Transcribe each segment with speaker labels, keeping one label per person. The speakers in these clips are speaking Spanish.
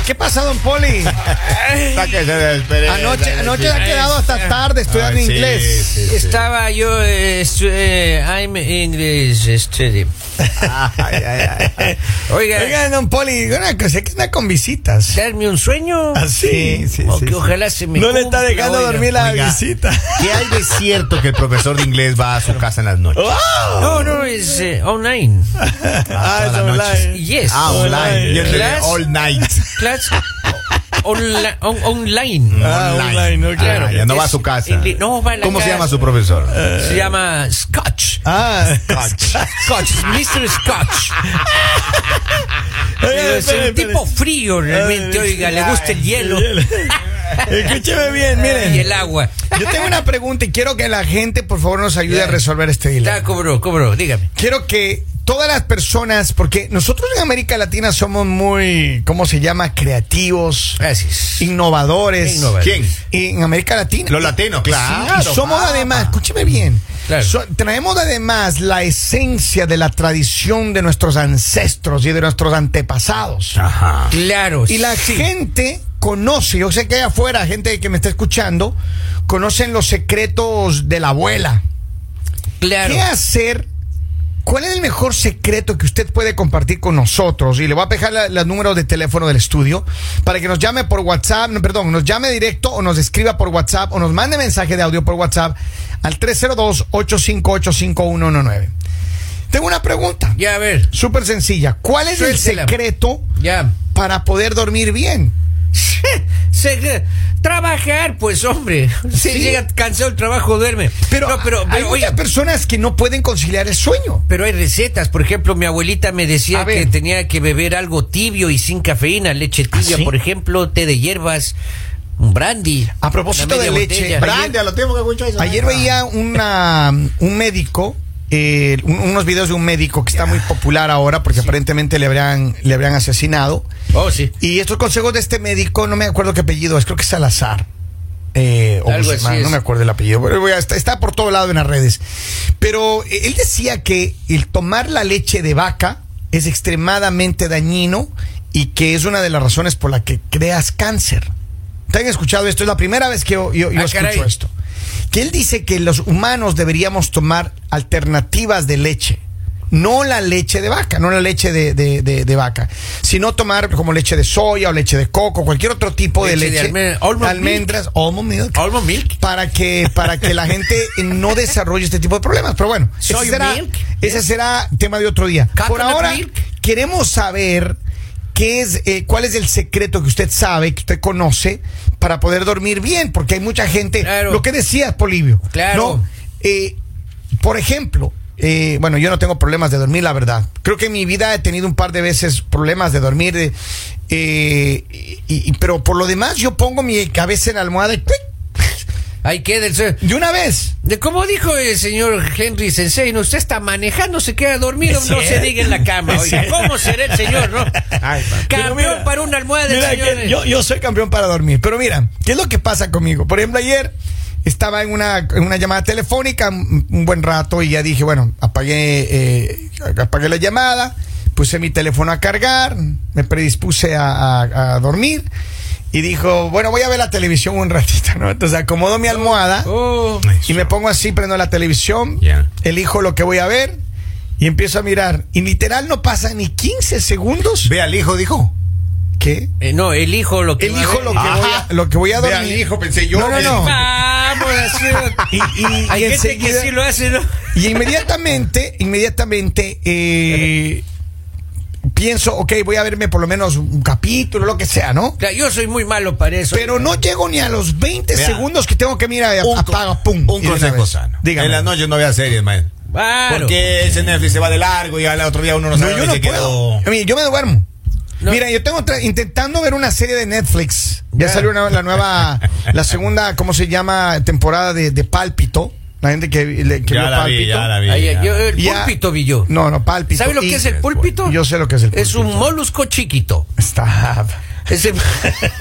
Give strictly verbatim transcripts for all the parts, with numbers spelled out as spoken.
Speaker 1: ¿Qué pasa, don Poli? Anoche, anoche ha quedado hasta tarde estudiando
Speaker 2: Ay, sí,
Speaker 1: inglés.
Speaker 2: sí, sí.
Speaker 3: Estaba yo, eh, estu- eh, I'm English studying.
Speaker 1: Ay, ay, ay.
Speaker 3: Oiga,
Speaker 1: Oiga, don Poli, una cosa, que anda con visitas.
Speaker 3: ¿darme un sueño?
Speaker 1: Ah, sí, sí,
Speaker 3: O
Speaker 1: sí,
Speaker 3: que
Speaker 1: sí.
Speaker 3: ojalá se me
Speaker 1: No le está
Speaker 3: cumpla,
Speaker 1: dejando
Speaker 3: oiga.
Speaker 1: dormir la
Speaker 2: Oiga.
Speaker 1: visita.
Speaker 2: ¿Qué hay de cierto que el profesor de inglés va a su casa en las noches?
Speaker 1: ¡Wow!
Speaker 3: No, no, es eh, online.
Speaker 1: Ah, es
Speaker 2: toda la noche.
Speaker 1: online.
Speaker 3: Yes.
Speaker 2: Ah, online. Yo entendí
Speaker 3: Class.
Speaker 2: all night.
Speaker 3: Class onla- on- online.
Speaker 1: Ah, online, no, claro.
Speaker 2: Ah, ya no va a
Speaker 3: Es-
Speaker 2: su casa.
Speaker 3: en li- no, va a la
Speaker 2: ¿Cómo se
Speaker 3: casa.
Speaker 2: llama su profesor?
Speaker 3: Se llama Scotch.
Speaker 1: Ah,
Speaker 3: Scotch, mister Scotch. Pero es
Speaker 1: espere,
Speaker 3: un
Speaker 1: espere.
Speaker 3: tipo frío realmente,
Speaker 1: Ah,
Speaker 3: oiga, le gusta el hielo
Speaker 1: Escúcheme bien,
Speaker 3: y el
Speaker 1: miren.
Speaker 3: agua.
Speaker 1: Yo tengo una pregunta y quiero que la gente, por favor, nos ayude a resolver este dilema.
Speaker 3: Ya, cobró, cobró, dígame.
Speaker 1: Quiero que todas las personas, porque nosotros en América Latina somos muy, ¿cómo se llama? Creativos,
Speaker 3: Gracias.
Speaker 1: innovadores.
Speaker 3: Innovadores.
Speaker 2: ¿Quién?
Speaker 1: Y en América Latina.
Speaker 2: Los latinos, claro.
Speaker 1: Y somos
Speaker 2: papá.
Speaker 1: además, escúcheme bien,
Speaker 3: Claro.
Speaker 1: so- traemos además la esencia de la tradición de nuestros ancestros y de nuestros antepasados.
Speaker 2: Ajá.
Speaker 3: Claro.
Speaker 1: Y la
Speaker 3: sí.
Speaker 1: gente conoce, yo sé que allá afuera, gente que me está escuchando, conocen los secretos de la abuela.
Speaker 3: Claro.
Speaker 1: ¿Qué hacer? ¿Cuál es el mejor secreto que usted puede compartir con nosotros? Y le voy a dejar la- los números de teléfono del estudio para que nos llame por WhatsApp, no, perdón, nos llame directo o nos escriba por WhatsApp o nos mande mensaje de audio por WhatsApp al tres cero dos, ocho cinco ocho, cinco uno uno nueve. Tengo una pregunta,
Speaker 3: Ya, a ver.
Speaker 1: súper sencilla. ¿Cuál es el
Speaker 3: Suéltela.
Speaker 1: secreto
Speaker 3: Ya.
Speaker 1: para poder dormir bien?
Speaker 3: Se- trabajar, pues, hombre. Si
Speaker 1: Sí.
Speaker 3: llega cansado el trabajo, duerme.
Speaker 1: Pero,
Speaker 3: No, pero,
Speaker 1: hay
Speaker 3: pero,
Speaker 1: muchas
Speaker 3: oiga,
Speaker 1: personas que no pueden conciliar el sueño.
Speaker 3: pero hay recetas. Por ejemplo, mi abuelita me decía
Speaker 1: A ver.
Speaker 3: que tenía que beber algo tibio y sin cafeína, leche tibia,
Speaker 1: ¿Ah, sí?
Speaker 3: por ejemplo, té de hierbas, un brandy.
Speaker 1: A propósito
Speaker 3: una
Speaker 1: de
Speaker 3: media
Speaker 1: leche,
Speaker 3: botella.
Speaker 2: Grande, a lo tiempo que escucho eso.
Speaker 1: Ayer veía una, un médico, eh, un- unos videos de un médico que está muy popular ahora porque aparentemente le habrían, le habrían asesinado.
Speaker 3: Oh, sí.
Speaker 1: Y estos consejos de este médico, no me acuerdo qué apellido es, creo que es Salazar. Eh, o
Speaker 3: Algo
Speaker 1: Guzmán,
Speaker 3: así es.
Speaker 1: no me acuerdo el apellido, pero voy a- está, está por todo lado en las redes. Pero eh, él decía que el tomar la leche de vaca es extremadamente dañino y que es una de las razones por la que creas cáncer. ¿Te han escuchado esto? Es la primera vez que yo, yo- yo
Speaker 3: Ah,
Speaker 1: escucho
Speaker 3: caray.
Speaker 1: esto. Que él dice que los humanos deberíamos tomar alternativas de leche. No la leche de vaca, no la leche de, de- de- de vaca, sino tomar como leche de soya o leche de coco, cualquier otro tipo de
Speaker 3: Leche de
Speaker 1: leche,
Speaker 3: alme- almond
Speaker 1: almendras, almond milk,
Speaker 3: Almond milk.
Speaker 1: para que para que la gente no desarrolle este tipo de problemas. Pero bueno, ese
Speaker 3: Soy
Speaker 1: será,
Speaker 3: milk.
Speaker 1: ese será tema de otro día. Por
Speaker 3: Coconut
Speaker 1: ahora
Speaker 3: milk.
Speaker 1: queremos saber qué es, eh, cuál es el secreto que usted sabe, que usted conoce, para poder dormir bien, porque hay mucha gente.
Speaker 3: Claro.
Speaker 1: Lo que decías, Polibio.
Speaker 3: Claro.
Speaker 1: ¿no? Eh, por ejemplo. Eh, bueno, yo no tengo problemas de dormir, la verdad. Creo que en mi vida he tenido un par de veces problemas de dormir, eh, eh, y, y- pero por lo demás yo pongo mi cabeza en la almohada y ¡clic!
Speaker 3: Ahí queda el sueño.
Speaker 1: De una vez.
Speaker 3: De como dijo el señor Henry Sensei, no, usted está manejando, se queda dormido,
Speaker 1: Es
Speaker 3: no se
Speaker 1: cierto.
Speaker 3: diga en la cama.
Speaker 1: Es
Speaker 3: Oiga,
Speaker 1: cierto.
Speaker 3: ¿cómo será el señor, no?
Speaker 2: Ay, papá.
Speaker 1: Pero
Speaker 3: Campeón
Speaker 1: mira,
Speaker 3: para una almohada del
Speaker 1: Mira,
Speaker 3: señor.
Speaker 1: que yo, yo soy campeón para dormir. Pero mira, ¿qué es lo que pasa conmigo? Por ejemplo, ayer estaba en una, en una llamada telefónica un, un buen rato y ya dije, bueno, apagué, eh, apagué la llamada, puse mi teléfono a cargar, me predispuse a, a- a dormir y dijo, bueno, voy a ver la televisión un ratito, ¿no? Entonces acomodo mi almohada
Speaker 3: Oh,
Speaker 1: y me pongo así, prendo la televisión,
Speaker 2: Ya.
Speaker 1: elijo lo que voy a ver y empiezo a mirar. Y literal no pasa ni quince segundos.
Speaker 2: Ve al hijo, dijo.
Speaker 1: ¿Qué?
Speaker 3: eh, no, elijo lo que va a
Speaker 1: Elijo
Speaker 3: ver.
Speaker 1: lo que, voy a, lo que voy a
Speaker 2: Ve
Speaker 1: dormir.
Speaker 2: al hijo, pensé yo.
Speaker 1: No, no, no.
Speaker 3: Vamos a hacer.
Speaker 1: Y, y-
Speaker 3: Hay
Speaker 1: y
Speaker 3: gente que
Speaker 1: enseguida-
Speaker 3: sí lo hace, ¿no?
Speaker 1: y inmediatamente, inmediatamente eh, pienso, ok, voy a verme por lo menos un capítulo, lo que sea, ¿no?
Speaker 3: Claro, yo soy muy malo para eso.
Speaker 1: Pero no llego ni a los veinte
Speaker 2: Vea.
Speaker 1: segundos que tengo que mirar,
Speaker 2: Un, co-
Speaker 1: apago, pum.
Speaker 2: un
Speaker 1: y de una
Speaker 2: consejo
Speaker 1: vez.
Speaker 2: sano.
Speaker 1: Dígame.
Speaker 2: En las noches no vea series, man.
Speaker 3: Claro.
Speaker 2: Porque ese Netflix se va de largo y al otro día uno no
Speaker 1: No,
Speaker 2: sabe
Speaker 1: yo
Speaker 2: dónde
Speaker 1: no
Speaker 2: se
Speaker 1: puedo.
Speaker 2: quedó.
Speaker 1: Mira, yo me duermo.
Speaker 3: No.
Speaker 1: Mira, yo tengo tra- intentando ver una serie de Netflix. Ya
Speaker 3: Ya.
Speaker 1: salió una- la nueva, la segunda, ¿cómo se llama? Temporada de, de Pálpito. La gente que, le- que
Speaker 2: Ya
Speaker 1: vio
Speaker 2: la vi,
Speaker 1: Pálpito.
Speaker 2: ya la vi.
Speaker 3: Ahí,
Speaker 2: ya.
Speaker 3: yo, el
Speaker 1: Ya.
Speaker 3: púlpito vi yo.
Speaker 1: No, no, Pálpito.
Speaker 3: ¿Sabe lo
Speaker 1: Y-
Speaker 3: que es el púlpito?
Speaker 1: Yo sé lo que es el púlpito.
Speaker 3: Es un molusco chiquito.
Speaker 1: Está.
Speaker 3: Ese-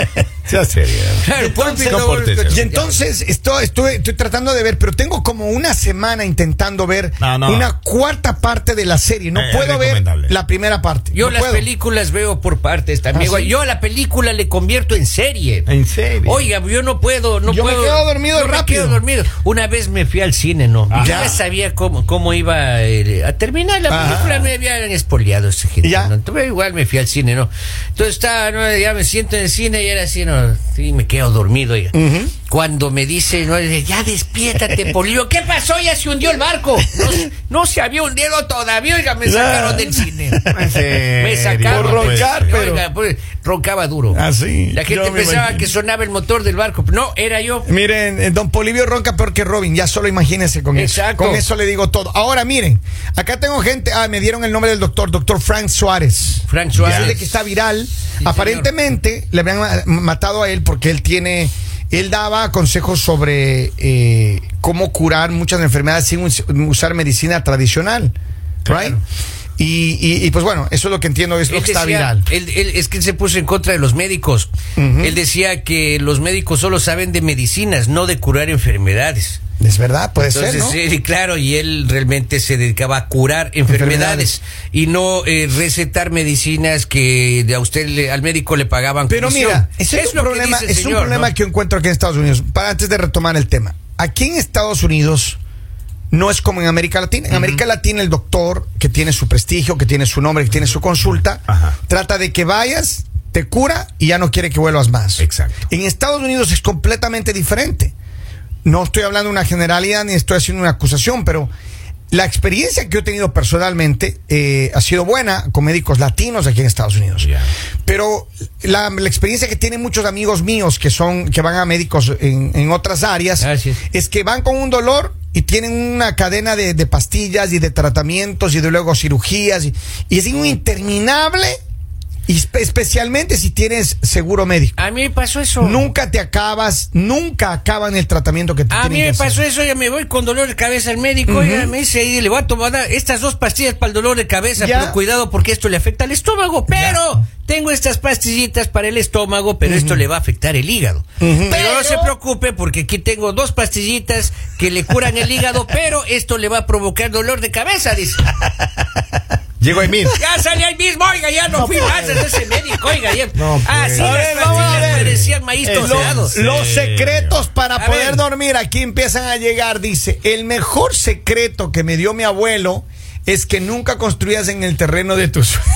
Speaker 2: Sea serio.
Speaker 3: Claro,
Speaker 1: Entonces,
Speaker 3: por-
Speaker 2: compórtese.
Speaker 1: Y entonces estoy, estoy, estoy tratando de ver, pero tengo como una semana intentando ver
Speaker 2: No, no.
Speaker 1: una cuarta parte de la serie. No
Speaker 2: Eh,
Speaker 1: puedo ver
Speaker 2: recomendable.
Speaker 1: la primera parte.
Speaker 3: Yo
Speaker 1: no
Speaker 3: las
Speaker 1: puedo.
Speaker 3: películas veo por partes también.
Speaker 1: ¿Ah, sí?
Speaker 3: Yo a la película le convierto en serie.
Speaker 2: ¿En serio?
Speaker 3: Oiga, yo no puedo, no
Speaker 1: Yo me
Speaker 3: puedo.
Speaker 1: quedo dormido
Speaker 3: yo me
Speaker 1: rápido.
Speaker 3: quedo dormido. Una vez me fui al cine, ¿no?
Speaker 2: Ah.
Speaker 3: Yo
Speaker 1: Ya.
Speaker 3: ya sabía cómo, cómo iba eh, a terminar la
Speaker 1: Ajá.
Speaker 3: película, me habían espoleado esa gente,
Speaker 1: Ya.
Speaker 3: ¿no? Entonces, igual me fui al cine, ¿no? Entonces estaba, ¿no? Ya me siento en el cine y era así, ¿no? Y me quedo dormido, oiga.
Speaker 1: Ujú.
Speaker 3: Cuando me dice, ¿no? Ya despiértate, Polillo. ¿Qué pasó? Ya se hundió el barco. No, se- no se había hundido todavía, oiga, me sacaron del cine.
Speaker 2: ¿En serio?
Speaker 3: Me sacaron.
Speaker 1: Por roncar,
Speaker 3: del-
Speaker 1: pero-
Speaker 3: Oiga, pues, roncaba duro.
Speaker 1: Ah, sí.
Speaker 3: La gente
Speaker 1: Yo me
Speaker 3: pensaba
Speaker 1: imagino.
Speaker 3: que sonaba el motor del barco. No, era yo.
Speaker 1: Miren, eh, don Polibio ronca peor que Robin, ya solo imagínense con
Speaker 3: Exacto.
Speaker 1: eso. Con eso le digo todo. Ahora miren, acá tengo gente, ah, me dieron el nombre del doctor, doctor Frank Suárez.
Speaker 3: Frank Suárez.
Speaker 1: Ya de que está viral.
Speaker 3: señor.
Speaker 1: Aparentemente le habían ma- matado a él porque él tiene, él daba consejos sobre eh, cómo curar muchas enfermedades sin us- usar medicina tradicional.
Speaker 3: Claro.
Speaker 1: Right? Y, y, y, pues bueno, eso es lo que entiendo, es lo
Speaker 3: Él
Speaker 1: que está
Speaker 3: decía-
Speaker 1: viral.
Speaker 3: él- él- es que él se puso en contra de los médicos.
Speaker 1: Ujú.
Speaker 3: Él decía que los médicos solo saben de medicinas, no de curar enfermedades.
Speaker 1: Es verdad, puede
Speaker 3: Entonces,
Speaker 1: ser, ¿no?
Speaker 3: sí, claro, y él realmente se dedicaba a curar enfermedades,
Speaker 1: Enfermedades.
Speaker 3: y no eh, recetar medicinas que de a usted le- al médico le pagaban
Speaker 1: Pero
Speaker 3: comisión.
Speaker 1: mira, ese es,
Speaker 3: lo
Speaker 1: un
Speaker 3: que
Speaker 1: problema,
Speaker 3: dice el
Speaker 1: es un
Speaker 3: señor,
Speaker 1: problema
Speaker 3: ¿no?
Speaker 1: que yo encuentro aquí en Estados Unidos. Para antes de retomar el tema, aquí en Estados Unidos no es como en América Latina. En América Latina el doctor que tiene su prestigio, que tiene su nombre, que tiene su consulta,
Speaker 2: Ajá.
Speaker 1: trata de que vayas, te cura y ya no quiere que vuelvas más.
Speaker 2: Exacto.
Speaker 1: En Estados Unidos es completamente diferente. No estoy hablando de una generalidad ni estoy haciendo una acusación, pero la experiencia que yo he tenido personalmente eh, ha sido buena con médicos latinos aquí en Estados Unidos.
Speaker 2: Ya.
Speaker 1: Pero la, la experiencia que tienen muchos amigos míos que son que van a médicos en, en otras áreas
Speaker 3: Así es.
Speaker 1: es que van con un dolor y tienen una cadena de, de pastillas y de tratamientos y de luego cirugías y, y es un interminable, y espe- especialmente si tienes seguro médico.
Speaker 3: A mí me pasó eso.
Speaker 1: Nunca te acabas, nunca acaban el tratamiento que te
Speaker 3: A mí
Speaker 1: tienen
Speaker 3: me
Speaker 1: que
Speaker 3: pasó
Speaker 1: hacer.
Speaker 3: eso, ya me voy con dolor de cabeza al médico,
Speaker 1: Ujú.
Speaker 3: oiga, me dice, y le voy a tomar estas dos pastillas para el dolor de cabeza,
Speaker 1: Ya.
Speaker 3: pero cuidado porque esto le afecta al estómago, pero tengo estas pastillitas para el estómago, pero esto le va a afectar el hígado.
Speaker 1: Ujú.
Speaker 3: Pero no se preocupe porque aquí tengo dos pastillitas que le curan el hígado, pero esto le va a provocar dolor de cabeza, dice.
Speaker 2: Llegó Emir.
Speaker 3: Ya salí ahí mismo, oiga, ya no, fui más de ese médico, oiga, ya.
Speaker 2: No,
Speaker 3: Así
Speaker 2: pues.
Speaker 1: A
Speaker 3: las
Speaker 1: ver, vamos a
Speaker 3: pastillas
Speaker 1: ver.
Speaker 3: parecían maíz
Speaker 2: Eh,
Speaker 3: toseado.
Speaker 1: Los,
Speaker 2: ¿En
Speaker 1: los
Speaker 2: serio?
Speaker 1: secretos para
Speaker 3: A
Speaker 1: poder
Speaker 3: ver.
Speaker 1: dormir aquí empiezan a llegar. Dice, el mejor secreto que me dio mi abuelo es que nunca construyas en el terreno de tus sueños.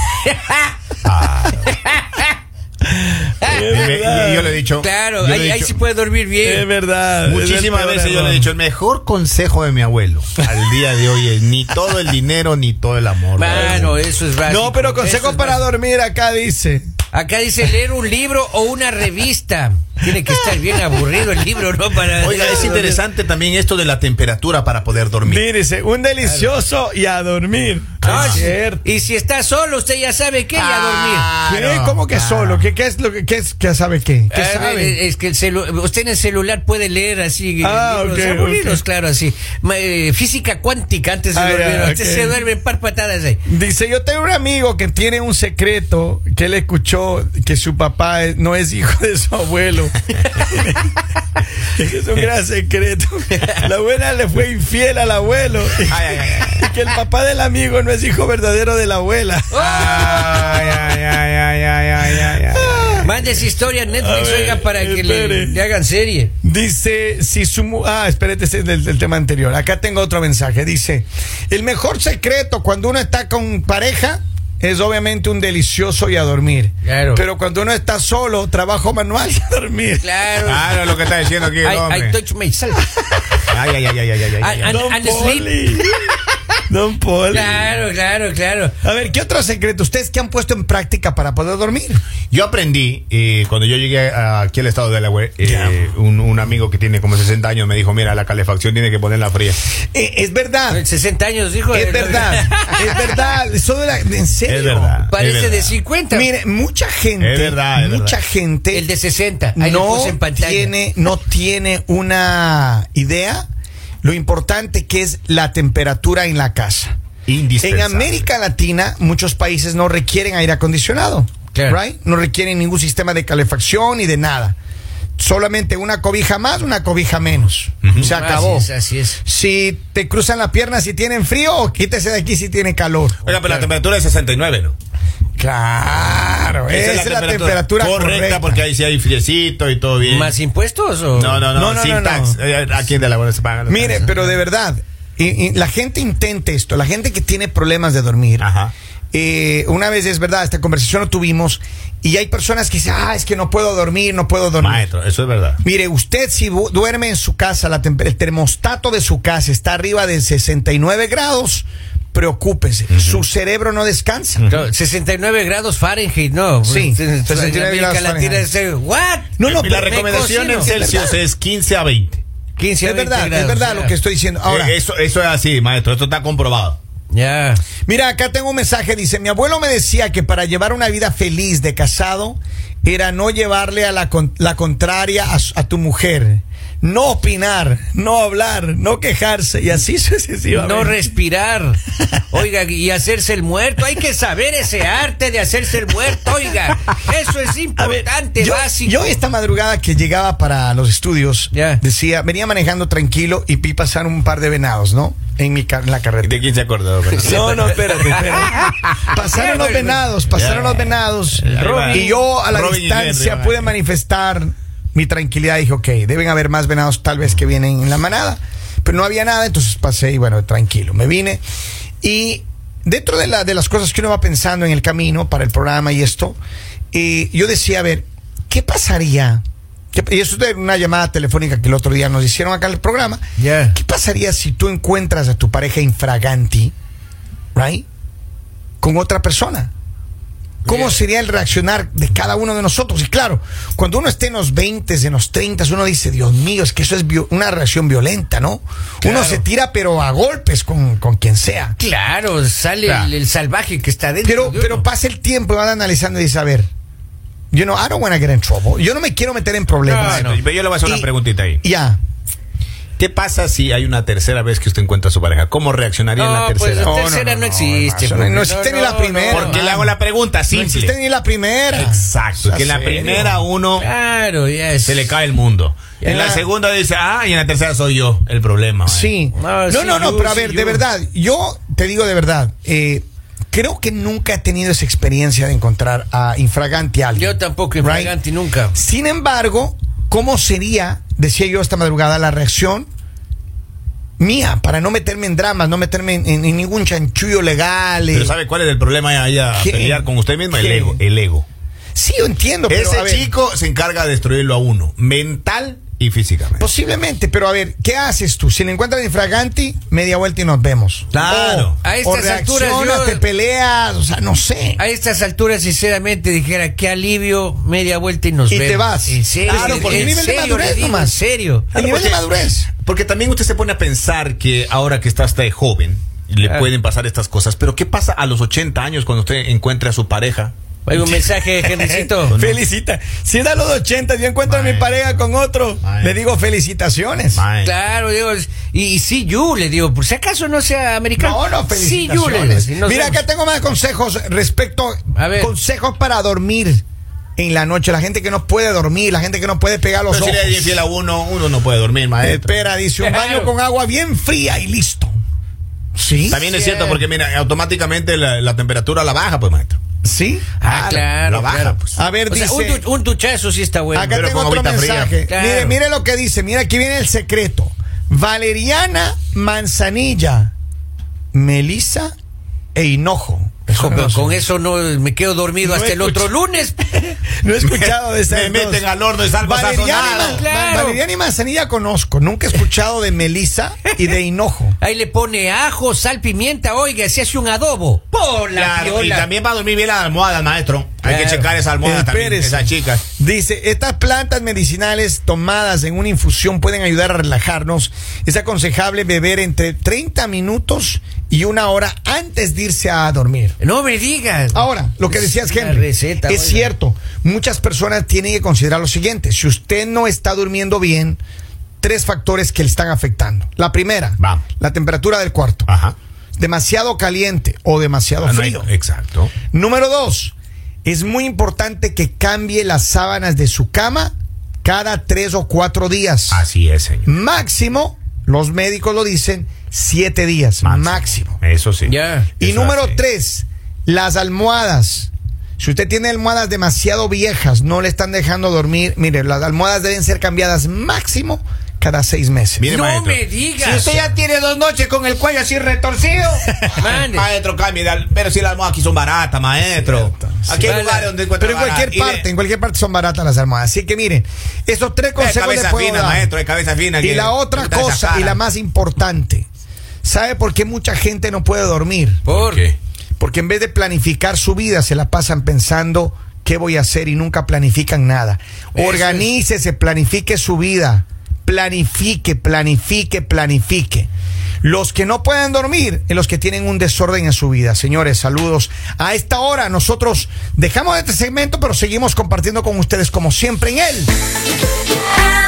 Speaker 2: Dime, y yo le he dicho.
Speaker 3: Claro,
Speaker 2: yo le
Speaker 3: ahí,
Speaker 2: he
Speaker 3: ahí
Speaker 2: dicho
Speaker 3: sí puede dormir bien.
Speaker 1: verdad.
Speaker 2: Muchísimas veces yo le he dicho, el mejor consejo de mi abuelo al día de hoy es ni todo el dinero ni todo el amor.
Speaker 3: Mano, eso es básico.
Speaker 1: No, pero
Speaker 3: eso
Speaker 1: consejo
Speaker 3: es
Speaker 1: para
Speaker 3: básico.
Speaker 1: dormir acá dice.
Speaker 3: Acá dice leer un libro o una revista. Tiene que estar bien aburrido el libro, ¿no? Para
Speaker 2: Oiga, es interesante también esto de la temperatura para poder dormir.
Speaker 1: Mírese, un delicioso y a dormir.
Speaker 3: No,
Speaker 1: Es
Speaker 3: si-
Speaker 1: cierto.
Speaker 3: y si está solo, usted ya sabe qué, y a dormir.
Speaker 2: Ah,
Speaker 1: ¿Qué?
Speaker 2: no,
Speaker 1: ¿Cómo que
Speaker 2: claro.
Speaker 1: solo? ¿Qué, qué es lo que qué es, qué sabe qué? ¿Qué
Speaker 3: A
Speaker 1: sabe?
Speaker 3: ver, es que el celu- usted en el celular puede leer así
Speaker 1: Ah,
Speaker 3: libros
Speaker 1: ok,
Speaker 3: aburridos,
Speaker 1: ok.
Speaker 3: claro, así. Ma- eh, física cuántica antes de
Speaker 1: Ah,
Speaker 3: dormir.
Speaker 1: ya,
Speaker 3: Usted
Speaker 1: ok.
Speaker 3: se duerme en par patadas ahí.
Speaker 1: Dice, yo tengo un amigo que tiene un secreto que él escuchó que su papá es- no es hijo de su abuelo. Es un gran secreto. La abuela le fue infiel al abuelo.
Speaker 2: Ay, ay, ay, ay.
Speaker 1: Y que el papá del amigo no es hijo verdadero de la abuela.
Speaker 2: Ay, ay, ay, ay, ay, ay, ay, ay.
Speaker 3: Mande esa historia a Netflix,
Speaker 1: A ver,
Speaker 3: oiga, para que le,
Speaker 1: espere.
Speaker 3: le hagan serie.
Speaker 1: Dice, si su... mu- Ah, espérate, ese es del, del tema anterior. Acá tengo otro mensaje. Dice, el mejor secreto cuando uno está con pareja es obviamente un delicioso y a dormir.
Speaker 3: Claro.
Speaker 1: Pero cuando uno está solo, trabajo manual y a dormir.
Speaker 3: Claro.
Speaker 2: Claro, lo que está diciendo aquí el
Speaker 3: I, I
Speaker 2: hombre.
Speaker 3: touch myself.
Speaker 2: Ay, ay, ay, ay, ay, ay, ay, ay.
Speaker 3: And-
Speaker 1: Don
Speaker 3: and sleep.
Speaker 1: Poli. Don Poli.
Speaker 3: Claro, claro, claro.
Speaker 1: A ver, ¿qué otro secreto? ¿Ustedes qué han puesto en práctica para poder dormir?
Speaker 2: Yo aprendí, eh, cuando yo llegué a- aquí al estado de Delaware, eh,
Speaker 1: Ya.
Speaker 2: un, un amigo que tiene como sesenta años me dijo, mira, la calefacción tiene que ponerla fría.
Speaker 1: Eh, es verdad.
Speaker 3: sesenta años, dijo.
Speaker 1: Es verdad. Es verdad. Eso de la- en serio.
Speaker 2: Es verdad.
Speaker 3: Parece
Speaker 2: Es
Speaker 3: de
Speaker 2: verdad.
Speaker 3: cincuenta.
Speaker 1: Mire, mucha gente,
Speaker 2: Es verdad, es
Speaker 1: mucha
Speaker 2: verdad.
Speaker 1: gente
Speaker 3: El de sesenta. Ahí lo
Speaker 1: no
Speaker 3: puse en pantalla.
Speaker 1: tiene, no tiene una idea lo importante que es la temperatura en la casa. En
Speaker 2: Indispensable.
Speaker 1: América Latina, muchos países no requieren aire acondicionado.
Speaker 3: Claro.
Speaker 1: right? No requieren ningún sistema de calefacción ni de nada. Solamente una cobija más, una cobija menos.
Speaker 2: Uh-huh.
Speaker 1: Se acabó.
Speaker 3: Así es, así es.
Speaker 1: Si te cruzan la pierna si tienen frío, quítese de aquí si tiene calor.
Speaker 2: Oiga, pero la temperatura es sesenta y nueve, ¿no?
Speaker 1: Claro, esa, esa es la temperatura,
Speaker 2: correcta,
Speaker 1: correcta,
Speaker 2: porque ahí sí hay friecito y todo bien.
Speaker 3: ¿Más impuestos o...?
Speaker 2: No, no, no,
Speaker 1: No, no,
Speaker 2: sin
Speaker 1: no,
Speaker 2: tax.
Speaker 1: no.
Speaker 2: Eh, Aquí en Delaware se pagan los
Speaker 1: Mire,
Speaker 2: taxes.
Speaker 1: pero de verdad, y, y la gente intenta esto, la gente que tiene problemas de dormir.
Speaker 2: Ajá.
Speaker 1: Eh, una vez es verdad, esta conversación lo tuvimos y hay personas que dicen, ah, es que no puedo dormir, no puedo dormir.
Speaker 2: Maestro, eso es verdad.
Speaker 1: Mire, usted si bu- duerme en su casa, la temper- el termostato de su casa está arriba de sesenta y nueve grados, preocúpese, uh-huh. Su cerebro no descansa.
Speaker 3: No, sesenta y nueve grados Fahrenheit, no.
Speaker 1: Sí,
Speaker 3: En
Speaker 1: sesenta y nueve
Speaker 3: América
Speaker 1: grados
Speaker 3: Latina
Speaker 1: Fahrenheit.
Speaker 3: es, ¿what?
Speaker 1: No, no,
Speaker 2: y la
Speaker 1: pero
Speaker 2: recomendación
Speaker 3: me
Speaker 2: en
Speaker 3: cocino.
Speaker 2: Celsius
Speaker 1: ¿Es verdad?
Speaker 2: es quince a veinte.
Speaker 3: quince a
Speaker 1: Es
Speaker 3: veinte
Speaker 1: verdad,
Speaker 3: grados,
Speaker 1: es verdad
Speaker 3: ya.
Speaker 1: lo que estoy diciendo. Ahora,
Speaker 2: Eh, eso, eso es así, maestro, esto está comprobado.
Speaker 3: Ya.
Speaker 1: mira, acá tengo un mensaje, dice, mi abuelo me decía que para llevar una vida feliz de casado era no llevarle a la, con- la contraria a, su- a tu mujer, no opinar, no hablar, no quejarse y así sucesivamente.
Speaker 3: No respirar. Oiga, y hacerse el muerto. Hay que saber ese arte de hacerse el muerto, oiga. Eso es importante,
Speaker 1: yo,
Speaker 3: básico.
Speaker 1: yo esta madrugada que llegaba para los estudios,
Speaker 3: Ya.
Speaker 1: decía, venía manejando tranquilo y vi pasar un par de venados, ¿no? En mi car- en la carretera.
Speaker 2: ¿De quién se acordó?
Speaker 1: No, no, espérate, espérate. Pasaron los venados, pasaron
Speaker 2: Ya.
Speaker 1: los venados.
Speaker 2: Robin.
Speaker 1: Y yo a la
Speaker 2: Robin y
Speaker 1: distancia
Speaker 2: Henry,
Speaker 1: pude
Speaker 2: va.
Speaker 1: manifestar mi tranquilidad. Dije, ok, deben haber más venados tal vez que vienen en la manada. Pero no había nada, entonces pasé y bueno, tranquilo. Me vine. Y dentro de, la, de las cosas que uno va pensando en el camino para el programa y esto, eh, yo decía, a ver, ¿qué pasaría? ¿Qué- y eso es una llamada telefónica que el otro día nos hicieron acá en el programa.
Speaker 3: Ya.
Speaker 1: ¿Qué pasaría si tú encuentras a tu pareja infraganti, right, con otra persona? ¿Cómo
Speaker 3: Yeah.
Speaker 1: sería el reaccionar de cada uno de nosotros? Y claro, cuando uno esté en los veinte, en los treinta, uno dice, Dios mío, es que eso es vio- una reacción violenta, ¿no?
Speaker 3: Claro.
Speaker 1: Uno se tira pero a golpes con, con quien sea.
Speaker 3: Claro, sale
Speaker 1: Claro.
Speaker 3: El, el salvaje que está dentro.
Speaker 1: Pero,
Speaker 3: de uno.
Speaker 1: pero pasa el tiempo y van analizando y dice, a ver, you know, I don't want to get in trouble. Yo no me quiero meter en problemas.
Speaker 3: No,
Speaker 2: Pero yo le voy a hacer una
Speaker 1: Y-
Speaker 2: preguntita ahí.
Speaker 1: Ya.
Speaker 2: ¿Qué pasa si hay una tercera vez que usted encuentra a su pareja? ¿Cómo reaccionaría en la
Speaker 3: No, pues
Speaker 2: tercera?
Speaker 3: la
Speaker 1: No, no,
Speaker 3: tercera
Speaker 1: no,
Speaker 3: no,
Speaker 1: no,
Speaker 3: existe.
Speaker 1: no,
Speaker 3: pues.
Speaker 1: no existe ni la primera.
Speaker 2: ¿Por qué
Speaker 1: man.
Speaker 2: le hago la pregunta?
Speaker 1: No
Speaker 2: Simple.
Speaker 1: existe ni la primera.
Speaker 2: Exacto,
Speaker 1: O sea,
Speaker 2: que en la
Speaker 1: serio.
Speaker 2: primera uno
Speaker 3: Claro, ya es.
Speaker 2: se le cae el mundo.
Speaker 1: Ya.
Speaker 2: En la segunda dice, ah, y en la tercera soy yo el problema. man.
Speaker 1: Sí.
Speaker 3: No,
Speaker 1: No,
Speaker 3: sí,
Speaker 1: no, no,
Speaker 3: you,
Speaker 1: pero a
Speaker 3: sí,
Speaker 1: ver,
Speaker 3: you.
Speaker 1: de verdad, yo te digo de verdad, eh, creo que nunca he tenido esa experiencia de encontrar a infraganti a alguien.
Speaker 3: Yo tampoco,
Speaker 1: Right?
Speaker 3: infraganti, nunca.
Speaker 1: Sin embargo, ¿cómo sería, decía yo esta madrugada, la reacción mía para no meterme en dramas, no meterme en, en- en ningún chanchullo legal? eh?
Speaker 2: Pero ¿sabe cuál es el problema ahí a
Speaker 1: ¿Qué?
Speaker 2: pelear con usted mismo? El
Speaker 1: ¿Qué?
Speaker 2: ego, el ego.
Speaker 1: Sí, yo entiendo, pero
Speaker 2: Ese
Speaker 1: a ver,
Speaker 2: chico se encarga de destruirlo a uno, mental y físicamente.
Speaker 1: posiblemente, pero a ver, ¿qué haces tú? Si le encuentras infraganti, media vuelta y nos vemos.
Speaker 2: Claro.
Speaker 1: O,
Speaker 3: A estas
Speaker 1: o
Speaker 3: alturas
Speaker 1: reaccionas,
Speaker 3: yo-
Speaker 1: te peleas, o sea, no sé.
Speaker 3: A estas alturas, sinceramente, dijera, qué alivio, media vuelta y nos
Speaker 1: Y
Speaker 3: vemos.
Speaker 1: te vas.
Speaker 3: En serio.
Speaker 1: Claro, porque
Speaker 3: en
Speaker 1: el nivel de
Speaker 3: serio,
Speaker 1: madurez
Speaker 3: le digo,
Speaker 1: nomás.
Speaker 3: En serio.
Speaker 1: El nivel de
Speaker 2: porque-
Speaker 1: madurez.
Speaker 2: Porque también usted se pone a pensar que ahora que está usted joven, le
Speaker 3: Ah.
Speaker 2: pueden pasar estas cosas. Pero ¿qué pasa a los ochenta años cuando usted encuentre a su pareja?
Speaker 3: Hay un mensaje, Henrycito.
Speaker 1: Felicita. Si es a los ochenta, yo encuentro a mi
Speaker 2: Maestro.
Speaker 1: pareja con otro,
Speaker 2: Maestro.
Speaker 1: le digo felicitaciones.
Speaker 2: Mae.
Speaker 3: Claro, digo, y, y sí, you, le digo, por si acaso no sea americano.
Speaker 1: No, no,
Speaker 3: Sí, you, le digo.
Speaker 1: felicitaciones.
Speaker 3: si nos
Speaker 1: Mira,
Speaker 3: vemos.
Speaker 1: acá tengo más consejos respecto,
Speaker 3: A ver.
Speaker 1: consejos para dormir en la noche. La gente que no puede dormir, la gente que no puede pegar los
Speaker 2: Pero si
Speaker 1: ojos.
Speaker 2: le es infiel a uno, uno no puede dormir, maestro.
Speaker 1: Espera, dice, un baño
Speaker 3: Claro.
Speaker 1: con agua bien fría y listo. ¿Sí?
Speaker 2: También es
Speaker 3: Sí.
Speaker 2: cierto porque, mira, automáticamente la, la temperatura la baja, pues, maestro.
Speaker 1: ¿Sí?
Speaker 3: Ah, claro,
Speaker 2: la baja,
Speaker 3: claro.
Speaker 2: pues.
Speaker 1: A ver,
Speaker 3: O sea,
Speaker 1: dice...
Speaker 3: un, du- un duchazo sí está bueno.
Speaker 1: Acá
Speaker 2: pero
Speaker 1: tengo
Speaker 2: con
Speaker 1: otro
Speaker 2: agüita fría.
Speaker 1: mensaje.
Speaker 3: Claro.
Speaker 1: Mire, mire lo que dice. Mira, aquí viene el secreto. Valeriana Manzanilla, Melisa e Hinojo. Eso
Speaker 3: Con,
Speaker 1: no sé.
Speaker 3: con eso no me quedo dormido
Speaker 1: No
Speaker 3: hasta el
Speaker 1: escucho.
Speaker 3: otro lunes.
Speaker 1: No he escuchado de esas
Speaker 2: Me
Speaker 1: dos.
Speaker 2: meten al horno y salgo
Speaker 1: Valeriana, y
Speaker 2: sazonado.
Speaker 1: Man-
Speaker 3: Claro.
Speaker 1: Valeriana y Manzanilla conozco. Nunca he escuchado de Melisa y de Hinojo.
Speaker 3: Ahí le pone ajo, sal, pimienta, oiga, se hace un adobo. Por la
Speaker 2: Claro, y
Speaker 3: piola.
Speaker 2: también va a dormir bien la almohada, maestro. Hay que
Speaker 3: Claro.
Speaker 2: checar esa almohada también,
Speaker 1: Espérese.
Speaker 2: esas chicas.
Speaker 1: Dice, estas plantas medicinales tomadas en una infusión pueden ayudar a relajarnos. Es aconsejable beber entre treinta minutos y una hora antes de irse a dormir.
Speaker 3: No me digas.
Speaker 1: Ahora, lo que decías,
Speaker 3: Una
Speaker 1: Henry,
Speaker 3: receta,
Speaker 1: es
Speaker 3: oiga.
Speaker 1: cierto. Muchas personas tienen que considerar lo siguiente. Si usted no está durmiendo bien, tres factores que le están afectando. La primera,
Speaker 2: Vamos.
Speaker 1: la temperatura del cuarto.
Speaker 2: Ajá.
Speaker 1: Demasiado caliente o demasiado
Speaker 2: Ah, no hay-
Speaker 1: frío.
Speaker 2: Exacto.
Speaker 1: Número dos, es muy importante que cambie las sábanas de su cama cada tres o cuatro días.
Speaker 2: Así es, señor.
Speaker 1: Máximo, los médicos lo dicen, siete días.
Speaker 2: Máximo.
Speaker 1: Máximo.
Speaker 2: Eso sí.
Speaker 3: Ya.
Speaker 1: Y
Speaker 2: Eso
Speaker 1: número
Speaker 2: así.
Speaker 1: tres, las almohadas. Si usted tiene almohadas demasiado viejas, no le están dejando dormir, mire, las almohadas deben ser cambiadas máximo cada seis meses.
Speaker 2: Mire,
Speaker 3: no
Speaker 2: maestro.
Speaker 3: me digas.
Speaker 2: Si usted ya tiene dos noches con el cuello así retorcido,
Speaker 3: Mande.
Speaker 2: maestro, cambie. de al- Pero si las almohadas aquí son baratas, maestro.
Speaker 1: Cierto,
Speaker 2: Aquí hay
Speaker 3: sí.
Speaker 2: lugares donde encuentra
Speaker 1: Pero en cualquier
Speaker 2: baratas. Y
Speaker 1: parte,
Speaker 2: le-
Speaker 1: en cualquier parte son baratas las almohadas. Así que miren, estos tres
Speaker 2: Hay
Speaker 1: consejos les
Speaker 2: cabeza
Speaker 1: puedo
Speaker 2: fina,
Speaker 1: dar.
Speaker 2: maestro, hay cabeza fina.
Speaker 1: Y
Speaker 2: que-
Speaker 1: la otra
Speaker 2: que esa
Speaker 1: cosa,
Speaker 2: cara.
Speaker 1: y la más importante, ¿sabe por qué mucha gente no puede dormir?
Speaker 3: ¿Por
Speaker 2: qué?
Speaker 1: Porque en vez de planificar su vida, se la pasan pensando qué voy a hacer y nunca planifican nada.
Speaker 3: Eso
Speaker 1: Organícese, planifique su vida. Planifique, planifique, planifique. Los que no pueden dormir es los que tienen un desorden en su vida. Señores, saludos. A esta hora nosotros dejamos este segmento, pero seguimos compartiendo con ustedes como siempre en él.